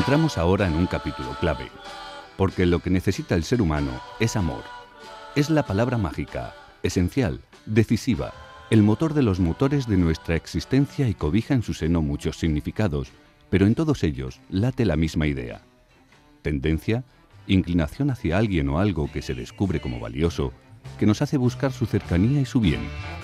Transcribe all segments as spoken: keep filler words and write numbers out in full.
Entramos ahora en un capítulo clave, porque lo que necesita el ser humano es amor. Es la palabra mágica, esencial, decisiva, el motor de los motores de nuestra existencia y cobija en su seno muchos significados, pero en todos ellos late la misma idea. Tendencia, inclinación hacia alguien o algo que se descubre como valioso, que nos hace buscar su cercanía y su bien.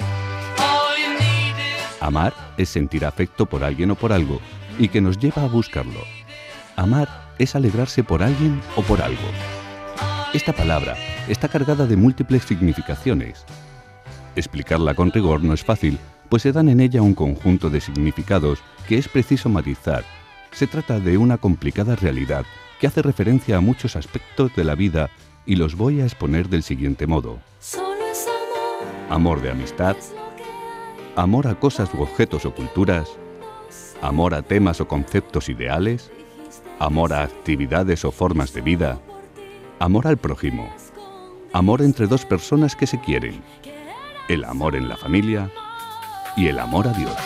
Amar es sentir afecto por alguien o por algo y que nos lleva a buscarlo. Amar es alegrarse por alguien o por algo. Esta palabra está cargada de múltiples significaciones. Explicarla con rigor no es fácil, pues se dan en ella un conjunto de significados que es preciso matizar. Se trata de una complicada realidad que hace referencia a muchos aspectos de la vida y los voy a exponer del siguiente modo. Amor de amistad, amor a cosas u objetos o culturas, amor a temas o conceptos ideales, amor a actividades o formas de vida, amor al prójimo, amor entre dos personas que se quieren, el amor en la familia y el amor a Dios.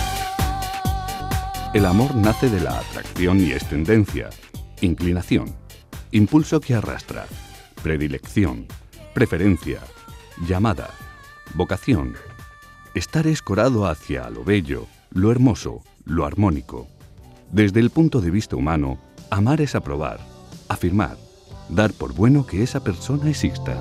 El amor nace de la atracción y es tendencia, inclinación, impulso que arrastra, predilección, preferencia, llamada, vocación, estar escorado hacia lo bello, lo hermoso, lo armónico. Desde el punto de vista humano, amar es aprobar, afirmar, dar por bueno que esa persona exista.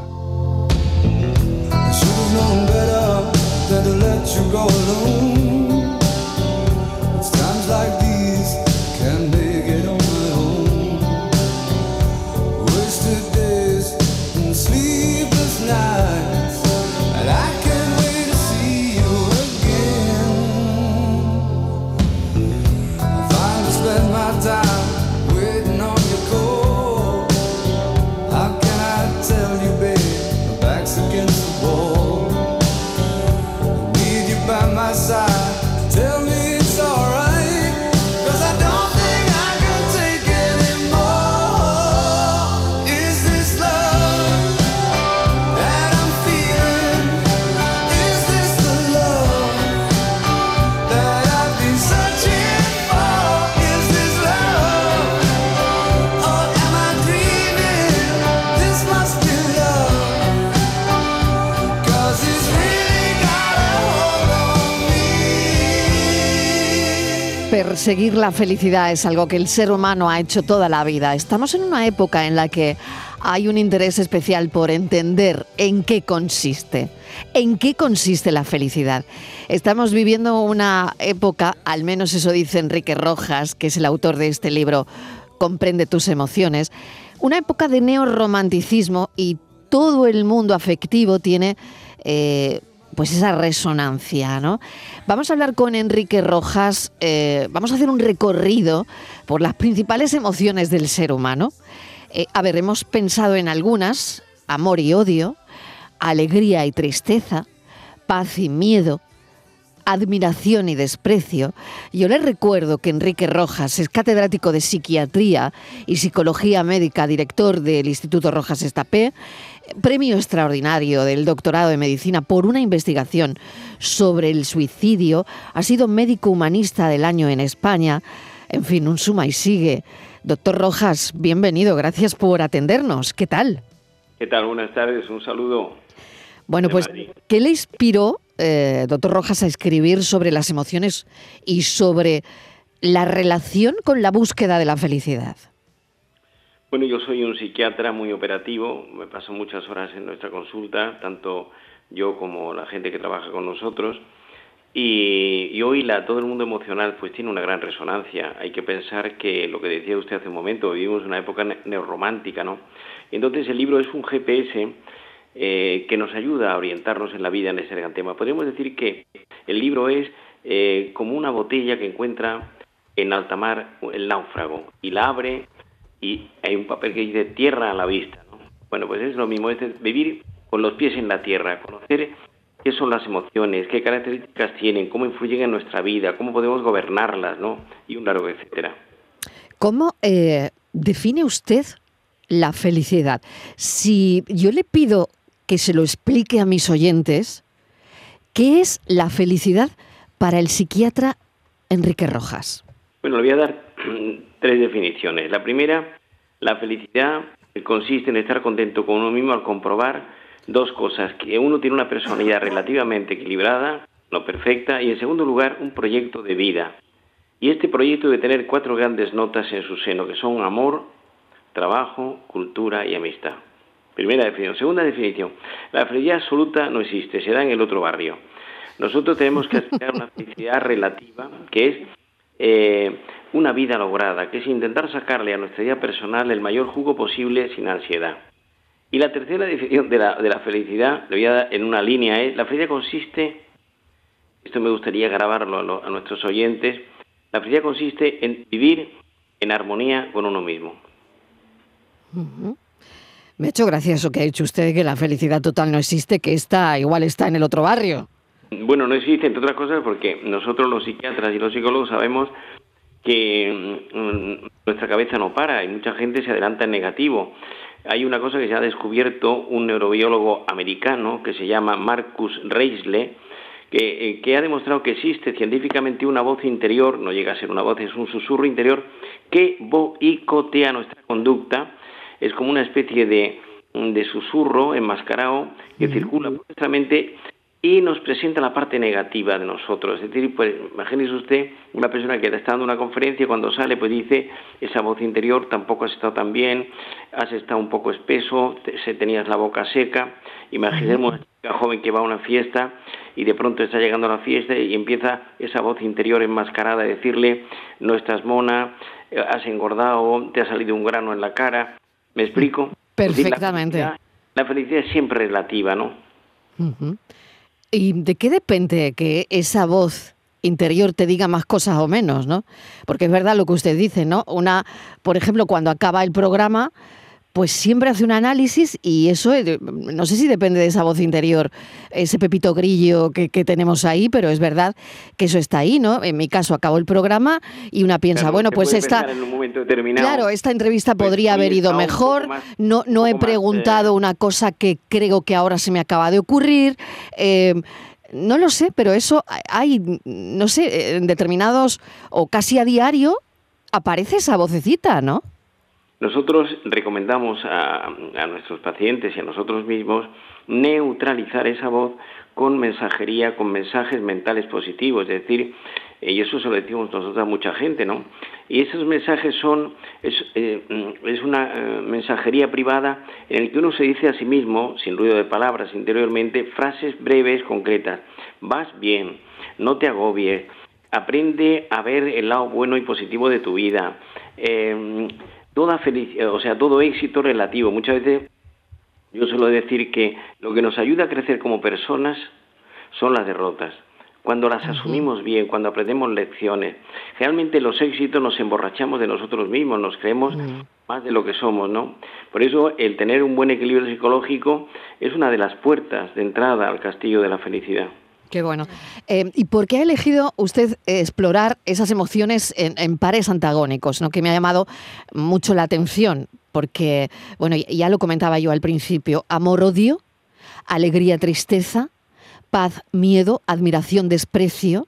Perseguir la felicidad es algo que el ser humano ha hecho toda la vida. Estamos en una época en la que hay un interés especial por entender en qué consiste, en qué consiste la felicidad. Estamos viviendo una época, al menos eso dice Enrique Rojas, que es el autor de este libro, Comprende tus emociones, una época de neorromanticismo y todo el mundo afectivo tiene Eh, pues esa resonancia, ¿no? Vamos a hablar con Enrique Rojas, eh, vamos a hacer un recorrido por las principales emociones del ser humano. Eh, a ver, hemos pensado en algunas: amor y odio, alegría y tristeza, paz y miedo, admiración y desprecio. Yo les recuerdo que Enrique Rojas es catedrático de Psiquiatría y Psicología Médica, director del Instituto Rojas Estapé, premio extraordinario del doctorado de Medicina por una investigación sobre el suicidio, ha sido médico humanista del año en España, en fin, un suma y sigue. Doctor Rojas, bienvenido, gracias por atendernos. ¿Qué tal? ¿Qué tal? Buenas tardes, un saludo. Bueno, pues, Madrid. ¿Qué le inspiró, eh, doctor Rojas, a escribir sobre las emociones y sobre la relación con la búsqueda de la felicidad? Bueno, yo soy un psiquiatra muy operativo, me paso muchas horas en nuestra consulta, tanto yo como la gente que trabaja con nosotros, y, y hoy la, todo el mundo emocional pues tiene una gran resonancia. Hay que pensar que, lo que decía usted hace un momento, vivimos una época neorromántica, ¿no? Entonces el libro es un G P S eh, que nos ayuda a orientarnos en la vida en ese gran tema. Podríamos decir que el libro es eh, como una botella que encuentra en alta mar el náufrago, y la abre y hay un papel que dice tierra a la vista, ¿no? Bueno, pues es lo mismo, es vivir con los pies en la tierra, conocer qué son las emociones, qué características tienen, cómo influyen en nuestra vida, cómo podemos gobernarlas, ¿no? Y un largo etcétera. ¿Cómo eh, define usted la felicidad? Si yo le pido que se lo explique a mis oyentes, ¿qué es la felicidad para el psiquiatra Enrique Rojas? Bueno, le voy a dar tres definiciones. La primera, la felicidad consiste en estar contento con uno mismo al comprobar dos cosas: que uno tiene una personalidad relativamente equilibrada, no perfecta, y en segundo lugar, un proyecto de vida. Y este proyecto debe tener cuatro grandes notas en su seno, que son amor, trabajo, cultura y amistad. Primera definición. Segunda definición, la felicidad absoluta no existe, se da en el otro barrio. Nosotros tenemos que aspirar a una felicidad relativa, que es eh, una vida lograda, que es intentar sacarle a nuestra vida personal el mayor jugo posible sin ansiedad. Y la tercera definición de la, de la felicidad, le voy a dar en una línea, es: la felicidad consiste, esto me gustaría grabarlo a, lo, a nuestros oyentes, la felicidad consiste en vivir en armonía con uno mismo. Uh-huh. Me ha hecho gracia eso que ha dicho usted, que la felicidad total no existe, que esta igual está en el otro barrio. Bueno, no existe, entre otras cosas, porque nosotros los psiquiatras y los psicólogos sabemos que mm, nuestra cabeza no para y mucha gente se adelanta en negativo. Hay una cosa que se ha descubierto un neurobiólogo americano que se llama Marcus Reisle, que, eh, que ha demostrado que existe científicamente una voz interior, no llega a ser una voz, es un susurro interior, que boicotea nuestra conducta. Es como una especie de, de susurro enmascarado que uh-huh. circula por nuestra mente y nos presenta la parte negativa de nosotros. Es decir, pues imagínese usted una persona que está dando una conferencia y cuando sale pues dice esa voz interior: tampoco has estado tan bien, has estado un poco espeso, te, se tenías la boca seca. Imaginemos una chica joven que va a una fiesta y de pronto está llegando a la fiesta y empieza esa voz interior enmascarada a decirle: no estás mona, has engordado, te ha salido un grano en la cara. ¿Me explico? Perfectamente. Es decir, la felicidad, la felicidad es siempre relativa, ¿no? Uh-huh. ¿Y de qué depende que esa voz interior te diga más cosas o menos, no? Porque es verdad lo que usted dice, ¿no? Una, por ejemplo, cuando acaba el programa, pues siempre hace un análisis y eso, no sé si depende de esa voz interior, ese Pepito Grillo que, que tenemos ahí, pero es verdad que eso está ahí, ¿no? En mi caso, acabo el programa y una piensa, claro, bueno, pues esta, en un momento determinado, claro, esta entrevista pues, podría haber ido mejor, más, no, no he preguntado más, eh... una cosa que creo que ahora se me acaba de ocurrir, eh, no lo sé, pero eso hay, no sé, en determinados o casi a diario aparece esa vocecita, ¿no? Nosotros recomendamos a, a nuestros pacientes y a nosotros mismos neutralizar esa voz con mensajería, con mensajes mentales positivos, es decir, y eso se lo decimos nosotros a mucha gente, ¿no? Y esos mensajes son, es, eh, es una eh, mensajería privada en el que uno se dice a sí mismo, sin ruido de palabras, interiormente, frases breves, concretas: vas bien, no te agobies, aprende a ver el lado bueno y positivo de tu vida, eh, toda felicidad, o sea, todo éxito relativo. Muchas veces yo suelo decir que lo que nos ayuda a crecer como personas son las derrotas. Cuando las uh-huh. asumimos bien, cuando aprendemos lecciones, realmente los éxitos nos emborrachamos de nosotros mismos, nos creemos uh-huh. más de lo que somos, ¿no? Por eso el tener un buen equilibrio psicológico es una de las puertas de entrada al castillo de la felicidad. Qué bueno. Eh, ¿Y por qué ha elegido usted explorar esas emociones en, en pares antagónicos, ¿no? Que me ha llamado mucho la atención, porque, bueno, ya lo comentaba yo al principio: amor-odio, alegría-tristeza, paz-miedo, admiración-desprecio.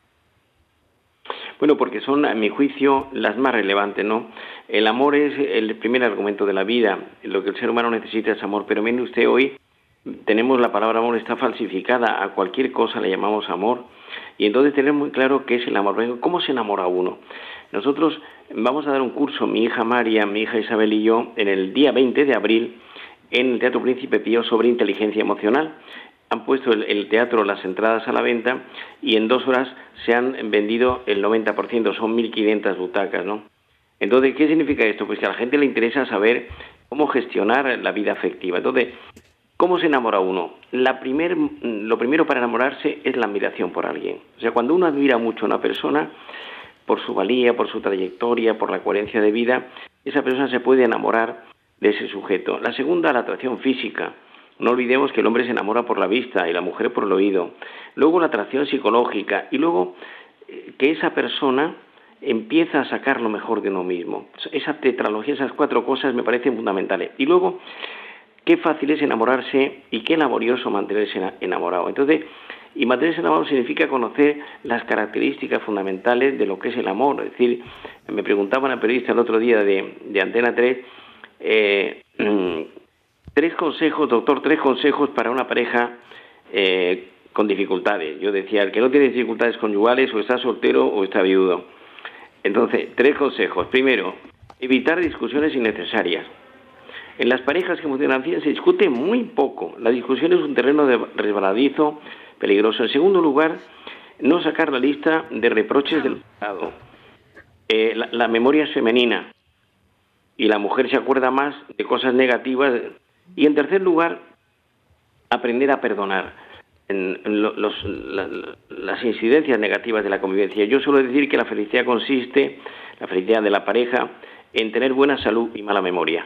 Bueno, porque son, a mi juicio, las más relevantes, ¿no? El amor es el primer argumento de la vida. Lo que el ser humano necesita es amor, pero mire usted, hoy tenemos la palabra amor, está falsificada, a cualquier cosa le llamamos amor, y entonces tenemos muy claro qué es el amor. ¿Cómo se enamora uno? Nosotros vamos a dar un curso, mi hija María, mi hija Isabel y yo, en el día veinte de abril, en el Teatro Príncipe Pío, sobre inteligencia emocional. Han puesto el, el teatro, las entradas a la venta, y en dos horas se han vendido el noventa por ciento, son mil quinientas butacas, ¿no? Entonces, ¿qué significa esto? Pues que a la gente le interesa saber cómo gestionar la vida afectiva. Entonces, ¿cómo se enamora uno? La primer, lo primero para enamorarse es la admiración por alguien. O sea, cuando uno admira mucho a una persona, por su valía, por su trayectoria, por la coherencia de vida, esa persona se puede enamorar de ese sujeto. La segunda, la atracción física. No olvidemos que el hombre se enamora por la vista y la mujer por el oído. Luego la atracción psicológica y luego que esa persona empieza a sacar lo mejor de uno mismo. Esa tetralogía, esas cuatro cosas me parecen fundamentales. Y luego, qué fácil es enamorarse y qué laborioso mantenerse enamorado. Entonces, y mantenerse enamorado significa conocer las características fundamentales de lo que es el amor. Es decir, me preguntaba una periodista el otro día de, de Antena tres, eh, tres consejos, doctor, tres consejos para una pareja eh, con dificultades. Yo decía, el que no tiene dificultades conyugales o está soltero o está viudo. Entonces, tres consejos. Primero, evitar discusiones innecesarias. En las parejas que funcionan bien se discute muy poco. La discusión es un terreno de resbaladizo, peligroso. En segundo lugar, no sacar la lista de reproches del pasado. Eh, la, la memoria es femenina y la mujer se acuerda más de cosas negativas. Y en tercer lugar, aprender a perdonar en, en lo, los, la, las incidencias negativas de la convivencia. Yo suelo decir que la felicidad consiste, la felicidad de la pareja, en tener buena salud y mala memoria.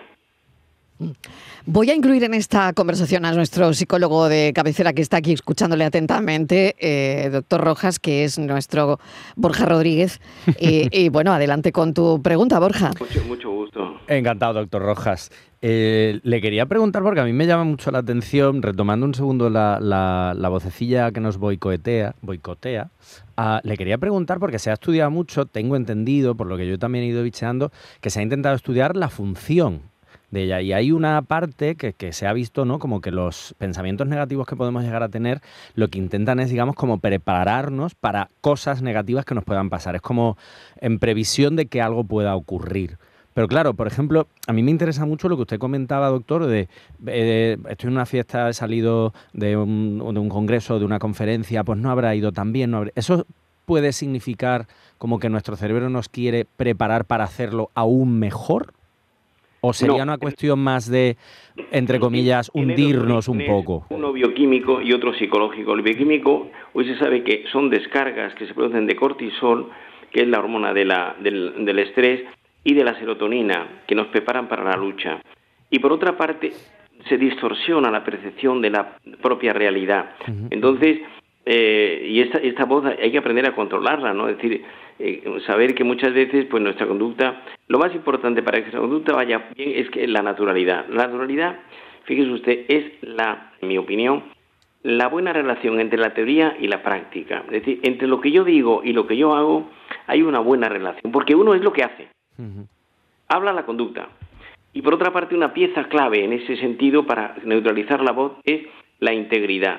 Voy a incluir en esta conversación a nuestro psicólogo de cabecera que está aquí escuchándole atentamente, eh, doctor Rojas, que es nuestro Borja Rodríguez. Y, y bueno, adelante con tu pregunta, Borja. Mucho, mucho gusto. Encantado, doctor Rojas. Eh, le quería preguntar, porque a mí me llama mucho la atención, retomando un segundo la, la, la vocecilla que nos boicotea, boicotea uh, le quería preguntar, porque se ha estudiado mucho, tengo entendido, por lo que yo también he ido bicheando, que se ha intentado estudiar la función de ella. Y hay una parte que, que se ha visto, ¿no? Como que los pensamientos negativos que podemos llegar a tener, lo que intentan es, digamos, como prepararnos para cosas negativas que nos puedan pasar. Es como en previsión de que algo pueda ocurrir. Pero claro, por ejemplo, a mí me interesa mucho lo que usted comentaba, doctor, de eh, estoy en una fiesta, he salido de un, de un congreso, de una conferencia, pues no habrá ido tan bien. No habrá... ¿Eso puede significar como que nuestro cerebro nos quiere preparar para hacerlo aún mejor? ¿O sería no, una cuestión más de, entre comillas, hundirnos un poco? Uno bioquímico y otro psicológico. El bioquímico, hoy se sabe que son descargas que se producen de cortisol, que es la hormona de la, del, del estrés, y de la serotonina, que nos preparan para la lucha. Y por otra parte, se distorsiona la percepción de la propia realidad. Uh-huh. Entonces, eh, y esta, esta voz hay que aprender a controlarla, ¿no? Es decir, eh, saber que muchas veces pues nuestra conducta, lo más importante para que nuestra conducta vaya bien es que la naturalidad. La naturalidad, fíjese usted, es la, en mi opinión, la buena relación entre la teoría y la práctica. Es decir, entre lo que yo digo y lo que yo hago, hay una buena relación, porque uno es lo que hace. Uh-huh. Habla la conducta. Y por otra parte, una pieza clave en ese sentido para neutralizar la voz es la integridad.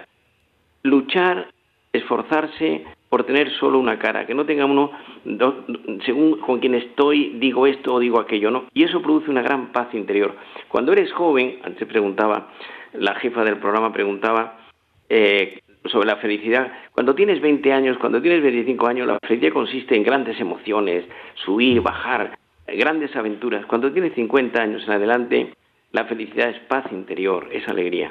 Luchar, esforzarse por tener solo una cara, que no tenga uno, dos, según con quien estoy, digo esto o digo aquello, ¿no? Y eso produce una gran paz interior. Cuando eres joven, antes preguntaba, la jefa del programa preguntaba eh, sobre la felicidad. Cuando tienes veinte años, cuando tienes veinticinco años, la felicidad consiste en grandes emociones, subir, bajar, grandes aventuras. Cuando tienes cincuenta años en adelante, la felicidad es paz interior, es alegría.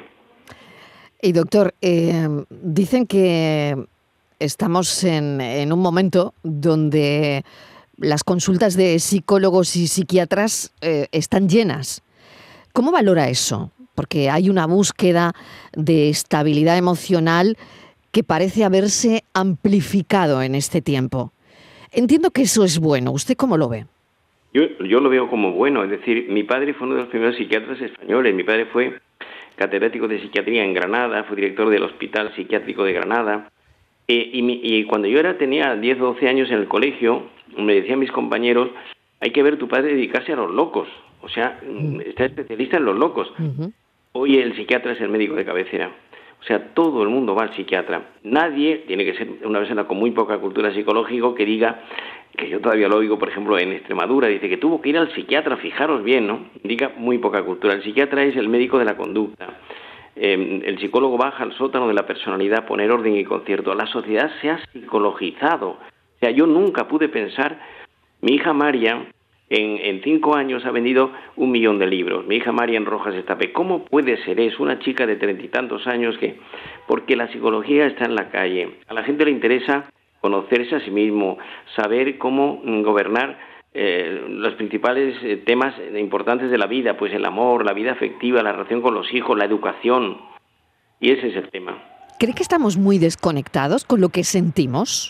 Y doctor, eh, dicen que estamos en, en un momento donde las consultas de psicólogos y psiquiatras eh, están llenas. ¿Cómo valora eso? Porque hay una búsqueda de estabilidad emocional que parece haberse amplificado en este tiempo. Entiendo que eso es bueno. ¿Usted cómo lo ve? Yo, yo lo veo como bueno. Es decir, mi padre fue uno de los primeros psiquiatras españoles. Mi padre fue catedrático de psiquiatría en Granada, fue director del Hospital Psiquiátrico de Granada. Eh, y, mi, y cuando yo era tenía diez o doce años en el colegio, me decían mis compañeros, hay que ver tu padre dedicarse a los locos. O sea, uh-huh. está especialista en los locos. Uh-huh. Hoy el psiquiatra es el médico de cabecera. O sea, todo el mundo va al psiquiatra. Nadie, tiene que ser una persona con muy poca cultura psicológica, que diga, que yo todavía lo oigo, por ejemplo, en Extremadura, dice que tuvo que ir al psiquiatra, fijaros bien, ¿no? Diga muy poca cultura. El psiquiatra es el médico de la conducta. Eh, el psicólogo baja al sótano de la personalidad, poner orden y concierto. La sociedad se ha psicologizado. O sea, yo nunca pude pensar, mi hija María, En, en cinco años ha vendido un millón de libros. Mi hija María en Rojas Estape. ¿Cómo puede ser? Es una chica de treinta y tantos años que... Porque la psicología está en la calle. A la gente le interesa conocerse a sí mismo, saber cómo gobernar eh, los principales eh, temas importantes de la vida, pues el amor, la vida afectiva, la relación con los hijos, la educación. Y ese es el tema. ¿Cree que estamos muy desconectados con lo que sentimos?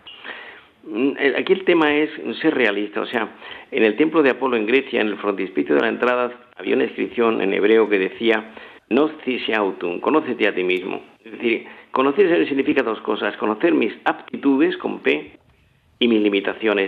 Aquí el tema es ser realista. O sea, en el templo de Apolo en Grecia, en el frontispicio de la entrada, había una inscripción en hebreo que decía Gnosis autum, conócete a ti mismo. Es decir, conocer significa dos cosas: conocer mis aptitudes con P y mis limitaciones.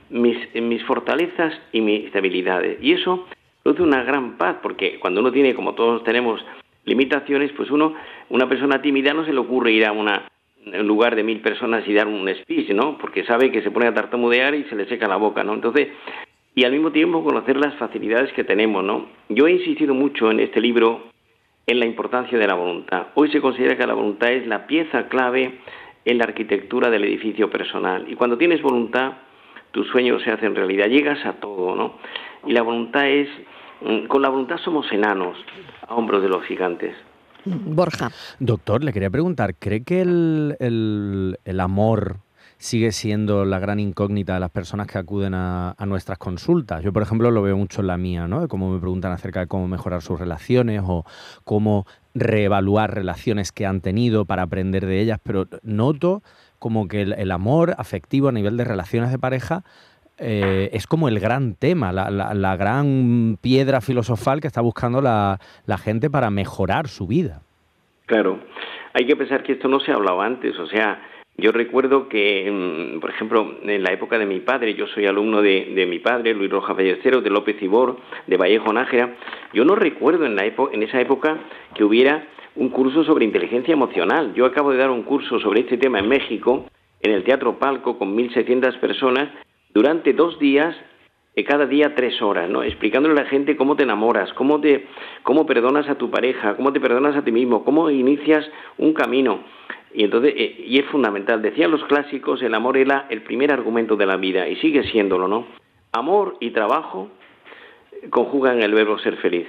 mis, mis fortalezas y mis debilidades. Y eso produce una gran paz, porque cuando uno tiene, como todos tenemos, limitaciones, pues uno, una persona tímida no se le ocurre ir a una, un lugar de mil personas y dar un speech, ¿no? Porque sabe que se pone a tartamudear y se le seca la boca, ¿no? Entonces, y al mismo tiempo conocer las facilidades que tenemos, ¿no? Yo he insistido mucho en este libro en la importancia de la voluntad. Hoy se considera que la voluntad es la pieza clave en la arquitectura del edificio personal. Y cuando tienes voluntad, tus sueños se hacen realidad, llegas a todo, ¿no? Y la voluntad es, con la voluntad somos enanos a hombros de los gigantes. Borja. Doctor, le quería preguntar, ¿cree que el, el, el amor sigue siendo la gran incógnita de las personas que acuden a, a nuestras consultas? Yo, por ejemplo, lo veo mucho en la mía, ¿no? De cómo me preguntan acerca de cómo mejorar sus relaciones o cómo reevaluar relaciones que han tenido para aprender de ellas, pero noto como que el, el amor afectivo a nivel de relaciones de pareja eh, es como el gran tema, la, la, la gran piedra filosofal que está buscando la, la gente para mejorar su vida. Claro, hay que pensar que esto no se ha hablado antes, o sea, yo recuerdo que, por ejemplo, en la época de mi padre, yo soy alumno de, de mi padre, Luis Rojas Ballesteros, de López Ibor, de Vallejo Nájera, yo no recuerdo en, la epo- en esa época que hubiera un curso sobre inteligencia emocional. Yo acabo de dar un curso sobre este tema en México, en el Teatro Palco, con mil seiscientas personas, durante dos días, eh, cada día tres horas, ¿no? Explicándole a la gente cómo te enamoras, cómo te, cómo perdonas a tu pareja, cómo te perdonas a ti mismo, cómo inicias un camino. Y entonces, eh, y es fundamental. Decían los clásicos, el amor era el primer argumento de la vida, y sigue siéndolo, ¿no? Amor y trabajo conjugan el verbo ser feliz.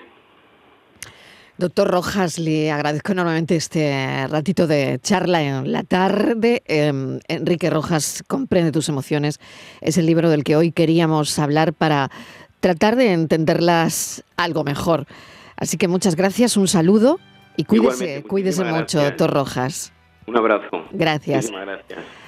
Doctor Rojas, le agradezco enormemente este ratito de charla en la tarde. Eh, Enrique Rojas, Comprende tus emociones, es el libro del que hoy queríamos hablar para tratar de entenderlas algo mejor. Así que muchas gracias, un saludo y cuídese, cuídese mucho, gracias. doctor Rojas. Un abrazo. Gracias. Muchísimas gracias.